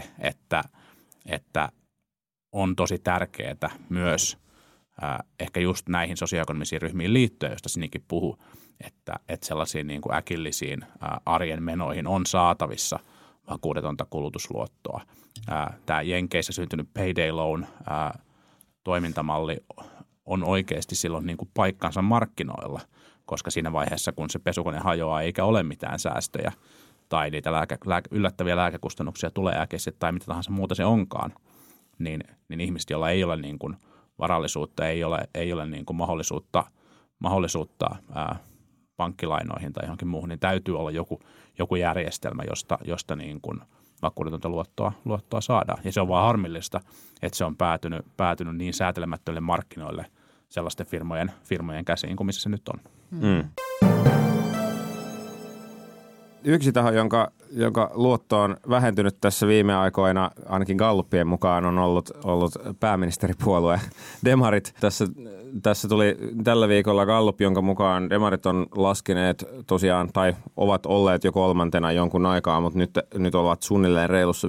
että on tosi tärkeää myös ehkä just näihin sosioekonomisiin ryhmiin liittyen, josta Sinikin puhui, että sellaisiin niin kuin äkillisiin arjen menoihin on saatavissa vakuudetonta kulutusluottoa. Tämä Jenkeissä syntynyt payday loan toimintamalli on oikeasti silloin niin kuin paikkansa markkinoilla, koska siinä vaiheessa, kun se pesukone hajoaa eikä ole mitään säästöjä tai niitä yllättäviä lääkekustannuksia tulee äkisesti tai mitä tahansa muuta se onkaan, niin ihmiset, joilla ei ole niin kuin varallisuutta, ei ole niin kuin mahdollisuutta pankkilainoihin tai johonkin muuhun, niin täytyy olla joku järjestelmä, josta niin kuin vakuudetonta luottoa saadaan. Ja se on vaan harmillista, että se on päätynyt niin säätelemättöille markkinoille sellaisten firmojen käsiin kuin missä se nyt on. Yksi taho, jonka luotto on vähentynyt tässä viime aikoina, ainakin Gallupien mukaan, on ollut pääministeripuolue Demarit. Tässä tuli tällä viikolla Gallup, jonka mukaan Demarit on laskeneet tosiaan, tai ovat olleet jo kolmantena jonkun aikaa, mutta nyt ovat suunnilleen reilussa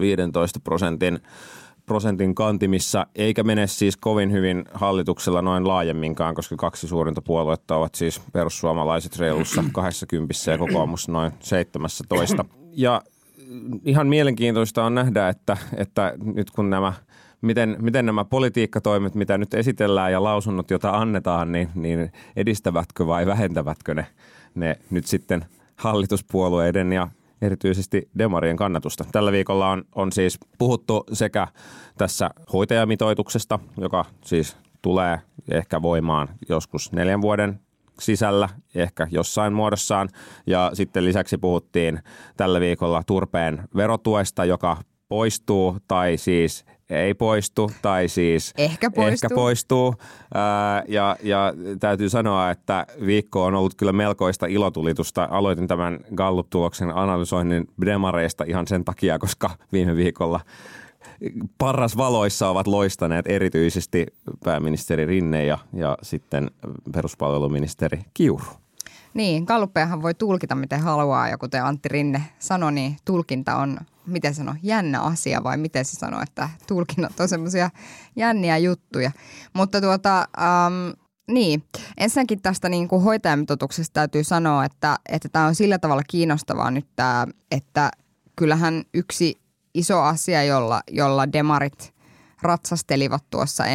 15% kantimissa, eikä mene siis kovin hyvin hallituksella noin laajemminkaan, koska kaksi suurinta puoluetta ovat siis perussuomalaiset reilussa 20 ja kokoomus noin 17. Ja ihan mielenkiintoista on nähdä, että nyt kun miten nämä politiikkatoimet, mitä nyt esitellään ja lausunnot, joita annetaan, niin edistävätkö vai vähentävätkö ne nyt sitten hallituspuolueiden ja erityisesti demarien kannatusta. Tällä viikolla on siis puhuttu sekä tässä hoitajamitoituksesta, joka siis tulee ehkä voimaan joskus 4 vuoden sisällä, ehkä jossain muodossaan. Ja sitten lisäksi puhuttiin tällä viikolla turpeen verotuesta, joka poistuu tai siis ei poistu tai siis ehkä poistuu. Ja täytyy sanoa, että viikko on ollut kyllä melkoista ilotulitusta. Aloitin tämän Gallup-tuloksen analysoinnin demareista ihan sen takia, koska viime viikolla parrasvaloissa ovat loistaneet erityisesti pääministeri Rinne ja sitten peruspalveluministeri Kiuru. Niin, Galluppejahan voi tulkita miten haluaa ja kuten Antti Rinne sanoi, niin tulkinta on, miten sanoi, jännä asia vai miten se sanoi, että tulkinnat on semmoisia jänniä juttuja. Mutta niin, ensinnäkin tästä niin kuin hoitajamitoituksesta täytyy sanoa, että tämä on sillä tavalla kiinnostavaa nyt tämä, että kyllähän yksi iso asia, jolla demarit ratsastelivat tuossa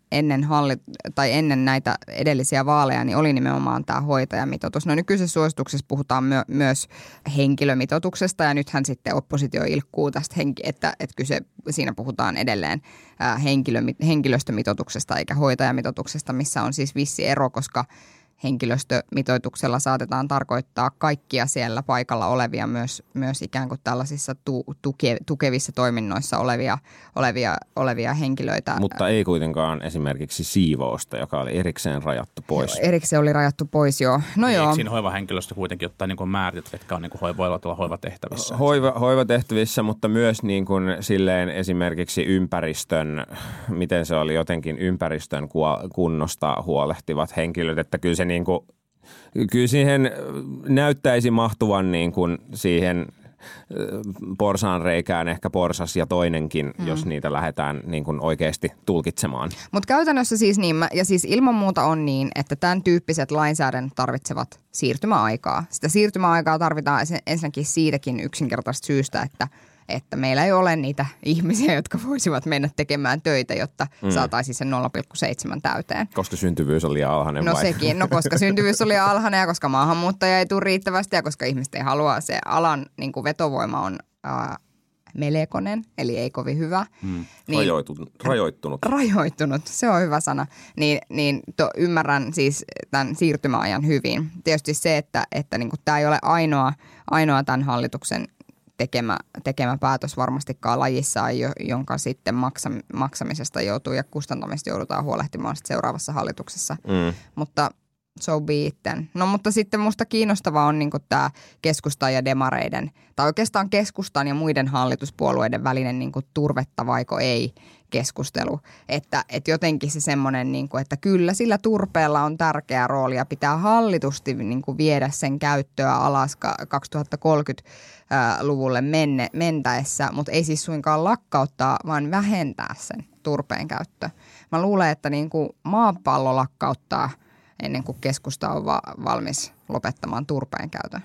ennen näitä edellisiä vaaleja, niin oli nimenomaan tämä hoitajamitoitus. No nykyisessä suosituksessa puhutaan myös henkilömitoituksesta ja nythän sitten oppositio ilkkuu tästä, että kyse, siinä puhutaan edelleen henkilöstömitoituksesta eikä hoitajamitoituksesta, missä on siis vissi ero, koska henkilöstömitoituksella saatetaan tarkoittaa kaikkia siellä paikalla olevia, myös ikään kuin tällaisissa tukevissa toiminnoissa olevia henkilöitä. Mutta ei kuitenkaan esimerkiksi siivousta, joka oli erikseen rajattu pois. Erikseen oli rajattu pois, joo. No joo. Eikö siinä hoivahenkilöstö kuitenkin ottaa niin määrit, jotka on niin voivat olla hoivatehtävissä? Hoivatehtävissä, mutta myös niin kuin silleen esimerkiksi ympäristön, miten se oli jotenkin ympäristön kunnosta huolehtivat henkilöt, että kyllä siihen näyttäisi mahtuvan niin kuin siihen porsaanreikään ehkä porsas ja toinenkin, jos niitä lähdetään niin kuin oikeasti tulkitsemaan. Mutta käytännössä siis niin, ja siis ilman muuta on niin, että tämän tyyppiset lainsäädännöt tarvitsevat siirtymäaikaa. Sitä siirtymäaikaa tarvitaan ensinnäkin siitäkin yksinkertaisesta syystä, että meillä ei ole niitä ihmisiä, jotka voisivat mennä tekemään töitä, jotta saataisiin sen 0,7 täyteen. Koska syntyvyys on liian alhainen vai? No sekin, koska syntyvyys on liian alhainen ja koska maahanmuuttajia ei tule riittävästi ja koska ihmiset ei halua, se alan niin kuin vetovoima on melekonen, eli ei kovin hyvä. Niin, Rajoittunut, se on hyvä sana. Ymmärrän siis tämän siirtymäajan hyvin. Tietysti se, että niin kuin tämä ei ole ainoa tämän hallituksen tekemä päätös varmastikaan lajissaan, jonka sitten maksamisesta joutuu ja kustantamisesta joudutaan huolehtimaan sitten seuraavassa hallituksessa. Mutta so be it then. No mutta sitten musta kiinnostavaa on niinku tämä keskustan ja demareiden, tai oikeastaan keskustan ja muiden hallituspuolueiden välinen niinku turvetta vaiko ei keskustelu. Että jotenkin se semmoinen, niinku, että kyllä sillä turpeella on tärkeä rooli ja pitää hallitusti niinku viedä sen käyttöä alas 2030-luvulle mentäessä, mutta ei siis suinkaan lakkauttaa, vaan vähentää sen turpeen käyttö. Mä luulen, että niinku maapallo lakkauttaa ennen kuin keskusta on valmis lopettamaan turpeen käytön.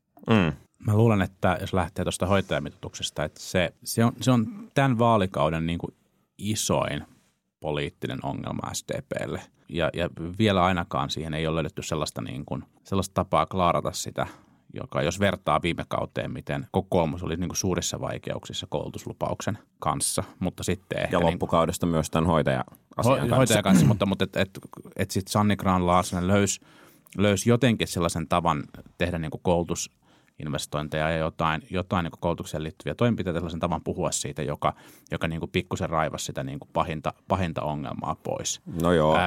Mä luulen, että jos lähtee tuosta hoitajamitoituksesta, että se on tämän vaalikauden niin kuin isoin poliittinen ongelma SDP:lle. Ja vielä ainakaan siihen ei ole löydetty sellaista tapaa klaarata sitä, joka jos vertaa viime kauteen, miten kokoomus oli niin kuin suurissa vaikeuksissa koulutuslupauksen kanssa, mutta sitten ehkä... Ja loppukaudesta myös tämän hoitaja-asian kanssa, mutta sitten Sanni Grahn-Laasonen löysi jotenkin sellaisen tavan tehdä niin kuin koulutusinvestointeja ja jotain niin kuin koulutukseen liittyviä toimenpiteitä, sellaisen tavan puhua siitä, joka niin kuin pikkusen raivasi sitä niin kuin pahinta ongelmaa pois. No joo.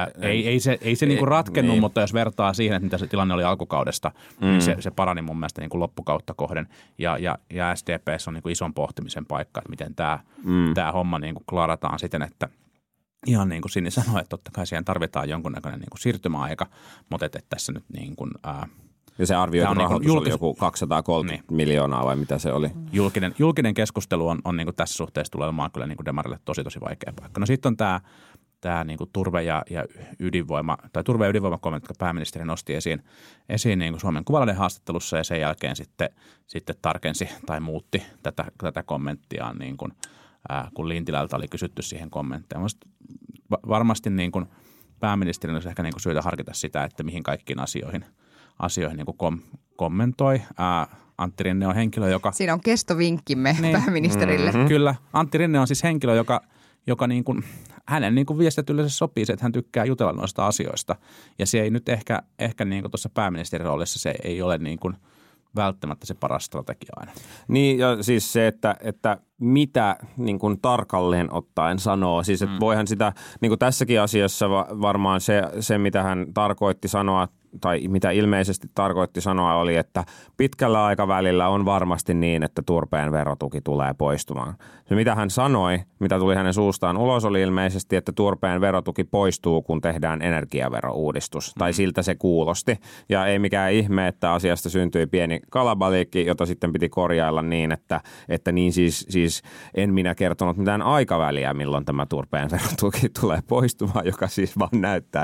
Ei se niin kuin ratkennut, niin. Mutta jos vertaa siihen, että mitä se tilanne oli alkukaudesta, niin se parani mun mielestä niin kuin loppukautta kohden. Ja SDP:ssä on niin kuin ison pohtimisen paikka, että miten tämä homma niin kuin klaarataan siten, että ihan niin kuin Sini sanoi, että totta kai siihen tarvitaan jonkunnäköinen niin kuin siirtymäaika, mutta että tässä nyt niin kuin... Ja se arvioitu rahoitus oli joku 230 miljoonaa vai mitä se oli? Julkinen keskustelu on niin kuin tässä suhteessa tulee olemaan kyllä niin kuin demarille tosi vaikea paikka. No sitten on tämä niin kuin turve ja ydinvoima, tai turve- ja ydinvoimakommentti, jotka pääministeri nosti esiin niin kuin Suomen Kuvalehden haastattelussa ja sen jälkeen sitten tarkensi tai muutti tätä kommenttiaan niin kuin, kun Lintilältä oli kysytty siihen kommenttiin. Varmasti niin kuin pääministerin olisi ehkä niin kuin syytä harkita sitä, että mihin kaikkiin asioihin niin kuin kommentoi. Antti Rinne on henkilö, joka... Siinä on kestovinkkimme pääministerille. Kyllä. Antti Rinne on siis henkilö, joka niin kuin, hänen niin kuin viestit yleensä sopii se, että hän tykkää jutella noista asioista. Ja se ei nyt ehkä niin kuin tuossa pääministerin roolissa se ei ole niin kuin välttämättä se paras strategia aina. Niin ja siis se, että mitä niin kuin tarkalleen ottaen sanoo. Siis että voihan sitä, niin kuin tässäkin asiassa varmaan se, mitä hän tarkoitti sanoa, tai mitä ilmeisesti tarkoitti sanoa oli, että pitkällä aikavälillä on varmasti niin, että turpeen verotuki tulee poistumaan. Se mitä hän sanoi, mitä tuli hänen suustaan ulos oli ilmeisesti, että turpeen verotuki poistuu, kun tehdään energiaverouudistus. Tai siltä se kuulosti. Ja ei mikään ihme, että asiasta syntyi pieni kalabaliikki, jota sitten piti korjailla niin, että niin siis en minä kertonut mitään aikaväliä, milloin tämä turpeen verotuki tulee poistumaan, joka siis vaan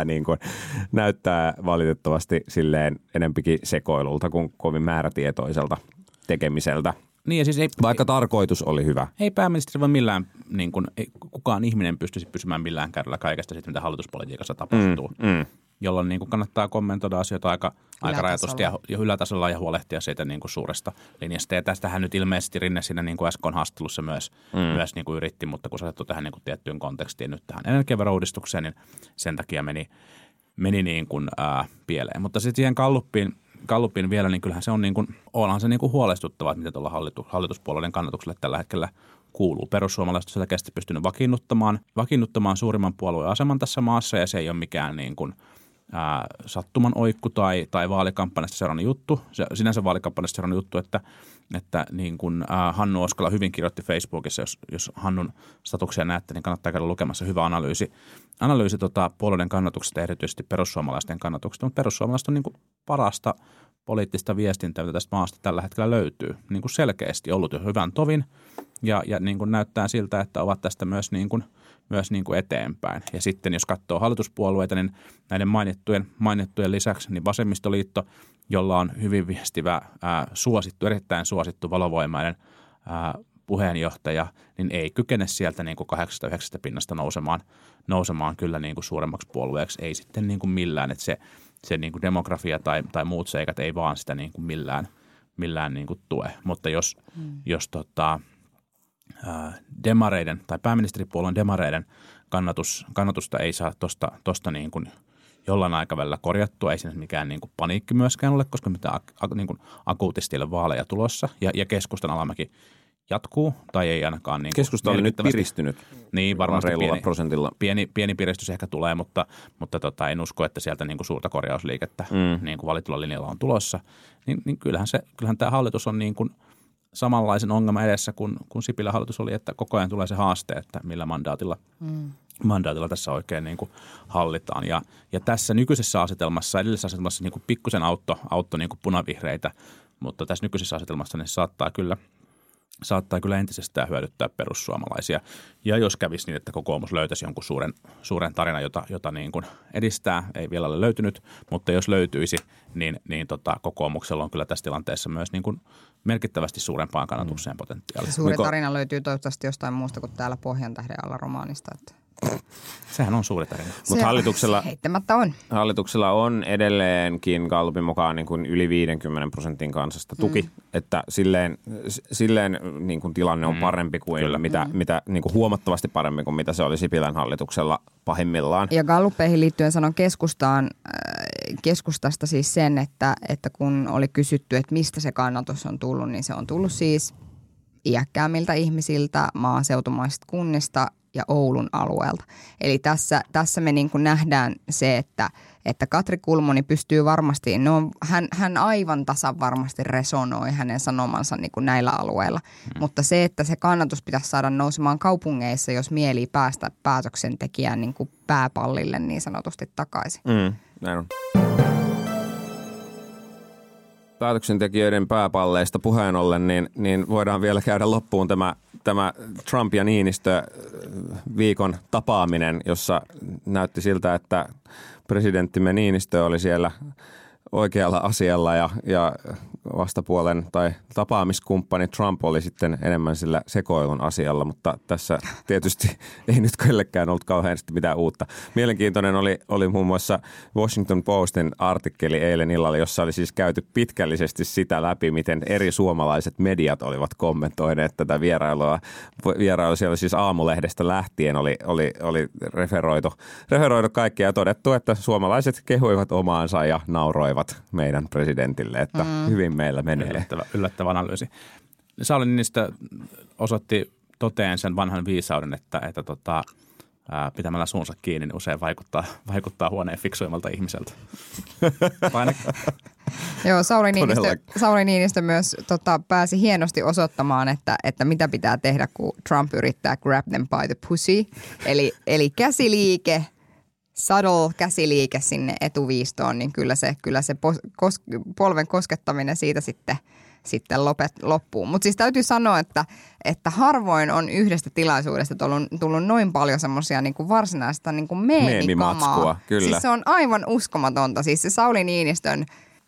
näyttää valitettavasti silleen enempikin sekoilulta kuin kovin määrätietoiselta tekemiseltä. Niin ja siis vaikka tarkoitus oli hyvä. Ei pääministeri voi millään, niin kuin, ei kukaan ihminen pystyisi pysymään millään kärryllä kaikesta siitä, mitä hallituspolitiikassa tapahtuu. Jolloin niin kuin kannattaa kommentoida asioita aika rajatusti ja ylätasolla ja huolehtia siitä niin kuin suuresta linjasta. Ja tästähän nyt ilmeisesti Rinne siinä niin kuin äsken haastattelussa myös niin kuin yritti, mutta kun se asettui tähän niin kuin tiettyyn kontekstiin nyt tähän energiaverouudistukseen, niin sen takia meni niin kuin, pieleen. Mutta sitten siihen Gallupin vielä, niin kyllähän se on, niin kuin, onhan se niin kuin huolestuttavaa, että mitä tuolla hallituspuolueiden kannatukselle tällä hetkellä kuuluu. Perussuomalaiset on selkeästi pystynyt vakiinnuttamaan suurimman puolueen aseman tässä maassa ja se ei ole mikään niin kuin, sattuman oikku tai vaalikampanjasta seurainen juttu. Sinänsä vaalikampanjasta seurainen juttu, että niin kuin Hannu Oskala hyvin kirjoitti Facebookissa, jos Hannun statuksia näette, niin kannattaa käydä lukemassa hyvä analyysi puolueiden kannatuksesta, erityisesti perussuomalaisten kannatuksesta. Mutta perussuomalaiset on niin kuin parasta poliittista viestintää, mitä tästä maasta tällä hetkellä löytyy. Niin kuin selkeästi ollut jo hyvän tovin ja niin kuin näyttää siltä, että ovat tästä myös niin kuin eteenpäin. Ja sitten jos katsoo hallituspuolueita, niin näiden mainittujen lisäksi niin vasemmistoliitto, jolla on hyvin viestivä, erittäin suosittu valovoimainen puheenjohtaja, niin ei kykene sieltä niin kuin 8-9 pinnasta nousemaan kyllä niin kuin suuremmaksi puolueeksi. Ei sitten niin kuin millään, että se niin kuin demografia tai muut seikat ei vaan sitä niin kuin millään niin kuin tue. Mutta jos demareiden tai pääministeripuolueen demareiden kannatusta ei saa tuosta niin kuin jollain aikavälillä korjattua. Ei siinä mikään niin kuin paniikki myöskään ole, koska mitään niin kuin akuutisti ole vaaleja tulossa. Ja keskustan alamäki jatkuu tai ei ainakaan. Niin keskusta oli nyt piristynyt. Niin, varmasti prosentilla. Pieni piristys ehkä tulee, mutta en usko, että sieltä niin kuin suurta korjausliikettä niin kuin valitulla linjalla on tulossa. Niin kyllähän tämä hallitus on niin kuin samanlaisen ongelman edessä kuin Sipilän hallitus oli, että koko ajan tulee se haaste, että millä mandaatilla tässä oikein niin kuin hallitaan. Ja tässä nykyisessä asetelmassa, edellisessä asetelmassa niin kuin pikkusen auttoi niin kuin punavihreitä, mutta tässä nykyisessä asetelmassa niin saattaa kyllä entisestään hyödyttää perussuomalaisia. Ja jos kävisi niin, että kokoomus löytäisi jonkun suuren tarinan, jota niin kuin edistää, ei vielä ole löytynyt, mutta jos löytyisi, niin kokoomuksella on kyllä tässä tilanteessa myös niin kuin merkittävästi suurempaan kannatukseen potentiaalia. Suuri tarina löytyy toivottavasti jostain muusta kuin täällä Pohjantähden alla romaanista. Sehän on suuri tarina. Mutta hallituksella on edelleenkin Gallupin mukaan niin kuin yli 50% kansasta tuki, että silleen niin kuin tilanne on parempi kuin mitä niin kuin huomattavasti parempi kuin mitä se oli Sipilän hallituksella pahimmillaan. Ja Gallupeihin liittyen sanon keskustasta siis sen, että kun oli kysytty, että mistä se kannatus on tullut, niin se on tullut siis iäkkäämmiltä ihmisiltä, maaseutumaisista kunnista ja Oulun alueelta. Eli tässä me niin kuin nähdään se, että Katri Kulmuni pystyy varmasti, hän aivan tasan varmasti resonoi hänen sanomansa niin kuin näillä alueilla. Mutta se, että se kannatus pitäisi saada nousemaan kaupungeissa, jos mieli päästä päätöksentekijän niin kuin pääpallille niin sanotusti takaisin. Näin on. Päätöksentekijöiden pääpalleista puheen ollen, niin voidaan vielä käydä loppuun tämä Trump ja Niinistö viikon tapaaminen, jossa näytti siltä, että presidenttimme Niinistö oli siellä oikealla asialla ja vastapuolen tai tapaamiskumppani Trump oli sitten enemmän sillä sekoilun asialla, mutta tässä tietysti ei nyt kellekään ollut kauheasti mitään uutta. Mielenkiintoinen oli muun muassa Washington Postin artikkeli eilen illalla, jossa oli siis käyty pitkällisesti sitä läpi, miten eri suomalaiset mediat olivat kommentoineet tätä vierailua. Vierailu siellä siis Aamulehdestä lähtien oli referoitu kaikkea ja todettu, että suomalaiset kehuivat omaansa ja nauroivat meidän presidentille, että hyvin meillä menee. Yllättävä analyysi. Sauli Niinistö osoitti toteen sen vanhan viisauden, että pitämällä suunsa kiinni niin usein vaikuttaa huoneen fiksuimmalta ihmiseltä. Joo, Sauli Niinistö myös pääsi hienosti osoittamaan, että mitä pitää tehdä, kun Trump yrittää grab them by the pussy. Eli käsiliike, subtle käsiliike sinne etuviistoon, niin kyllä se polven koskettaminen siitä sitten loppuu. Mutta siis täytyy sanoa, että harvoin on yhdestä tilaisuudesta tullut noin paljon semmoisia niinku varsinaista niinku meemikamaa. Kyllä. Siis se on aivan uskomatonta. Siis se Sauli Niinistön,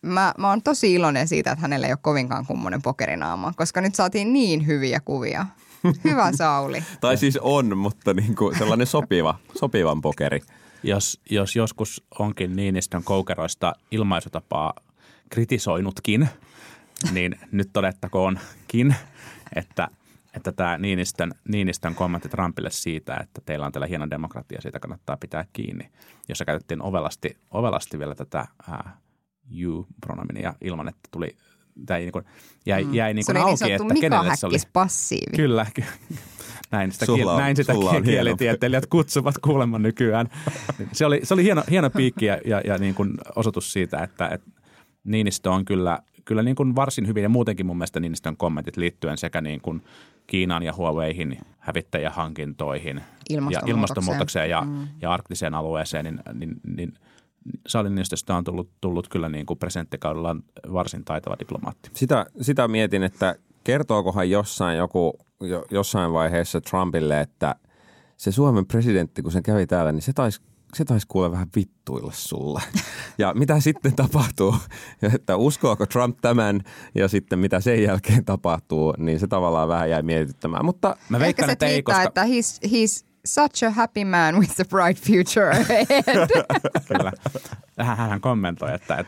mä oon tosi iloinen siitä, että hänellä ei ole kovinkaan kummonen pokerinaama, koska nyt saatiin niin hyviä kuvia. Hyvä Sauli. Tai siis on, mutta niinku sellainen sopivan pokeri. Jos joskus onkin Niinistön koukeroista ilmaisutapaa kritisoinutkin, niin nyt todettakoonkin, että tämä Niinistön kommentti Trumpille siitä, että teillä on tällä hieno demokratia, siitä kannattaa pitää kiinni, jossa käytettiin ovelasti vielä tätä you-pronominia ilman, että tuli, tämä jäi niin kuin auki, että kenelle se oli. Passiivi. Kyllä. Näin sitä kielitieteilijät kutsuvat kuulemma nykyään. Se oli hieno piikki ja niin kuin osoitus siitä, että Niinistö on kyllä niin kuin varsin hyvin ja muutenkin mun mielestä Niinistön kommentit liittyen sekä niin kuin Kiinaan ja Huaweihin, hävittäjähankintoihin ja ilmastonmuutokseen ja arktiseen alueeseen, niin Sauli Niinistöstä on tullut kyllä niin kuin presidenttikaudellaan varsin taitava diplomaatti. Sitä mietin, että kertookohan jossain vaiheessa Trumpille, että se Suomen presidentti, kun se kävi täällä, niin se taisi kuule vähän vittuilla sulle. Ja mitä sitten tapahtuu, että uskoako Trump tämän ja sitten mitä sen jälkeen tapahtuu, niin se tavallaan vähän jäi mietittämään. Mutta mä veikkaan, että ei, koska että he's such a happy man with a bright future ahead. Kyllä. Hän kommentoi, että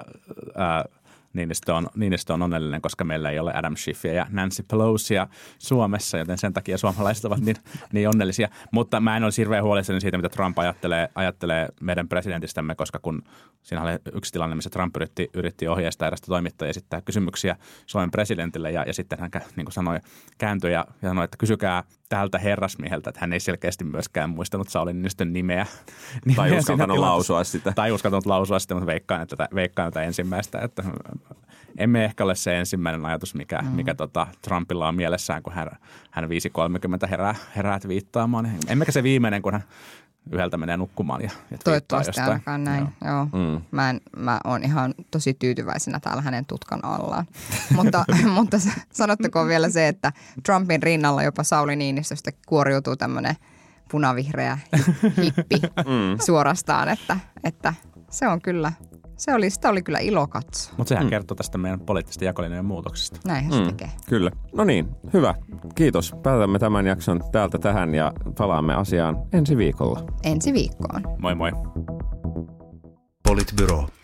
Niinistö on onnellinen, koska meillä ei ole Adam Schiffia ja Nancy Pelosiä Suomessa, joten sen takia suomalaiset ovat niin onnellisia. Mutta mä en ole hirveän huolissani siitä, mitä Trump ajattelee meidän presidentistämme, koska kun siinä oli yksi tilanne, missä Trump yritti ohjeistaa erästä toimittajaa esittää kysymyksiä Suomen presidentille ja sitten hän niin kuin kääntyi ja sanoi, että kysykää tältä herrasmieheltä, että hän ei selkeästi myöskään muistanut Sauli Niinistön nimeä. Tai uskaltanut lausua sitä. Mutta veikkaan tätä ensimmäistä, että emme ehkä ole se ensimmäinen ajatus, mikä Trumpilla on mielessään, kun hän 5.30 herää twiittaamaan. Emmekä se viimeinen, kun hän yhdeltä menee nukkumaan ja toivottavasti jostain. ainakaan näin. Joo. Mä oon ihan tosi tyytyväisenä täällä hänen tutkan allaan. mutta sanottakoon vielä se, että Trumpin rinnalla jopa Sauli Niinistöstä kuoriutuu tämmöinen punavihreä hippi suorastaan, että se on kyllä. Sitä oli kyllä ilo katsoa. Mutta sehän kertoo tästä meidän poliittisten jakolinjojen muutoksesta. Näinhän se tekee. Kyllä. No niin, hyvä. Kiitos. Päätämme tämän jakson täältä tähän ja palaamme asiaan ensi viikolla. Ensi viikkoon. Moi moi. Politbyro.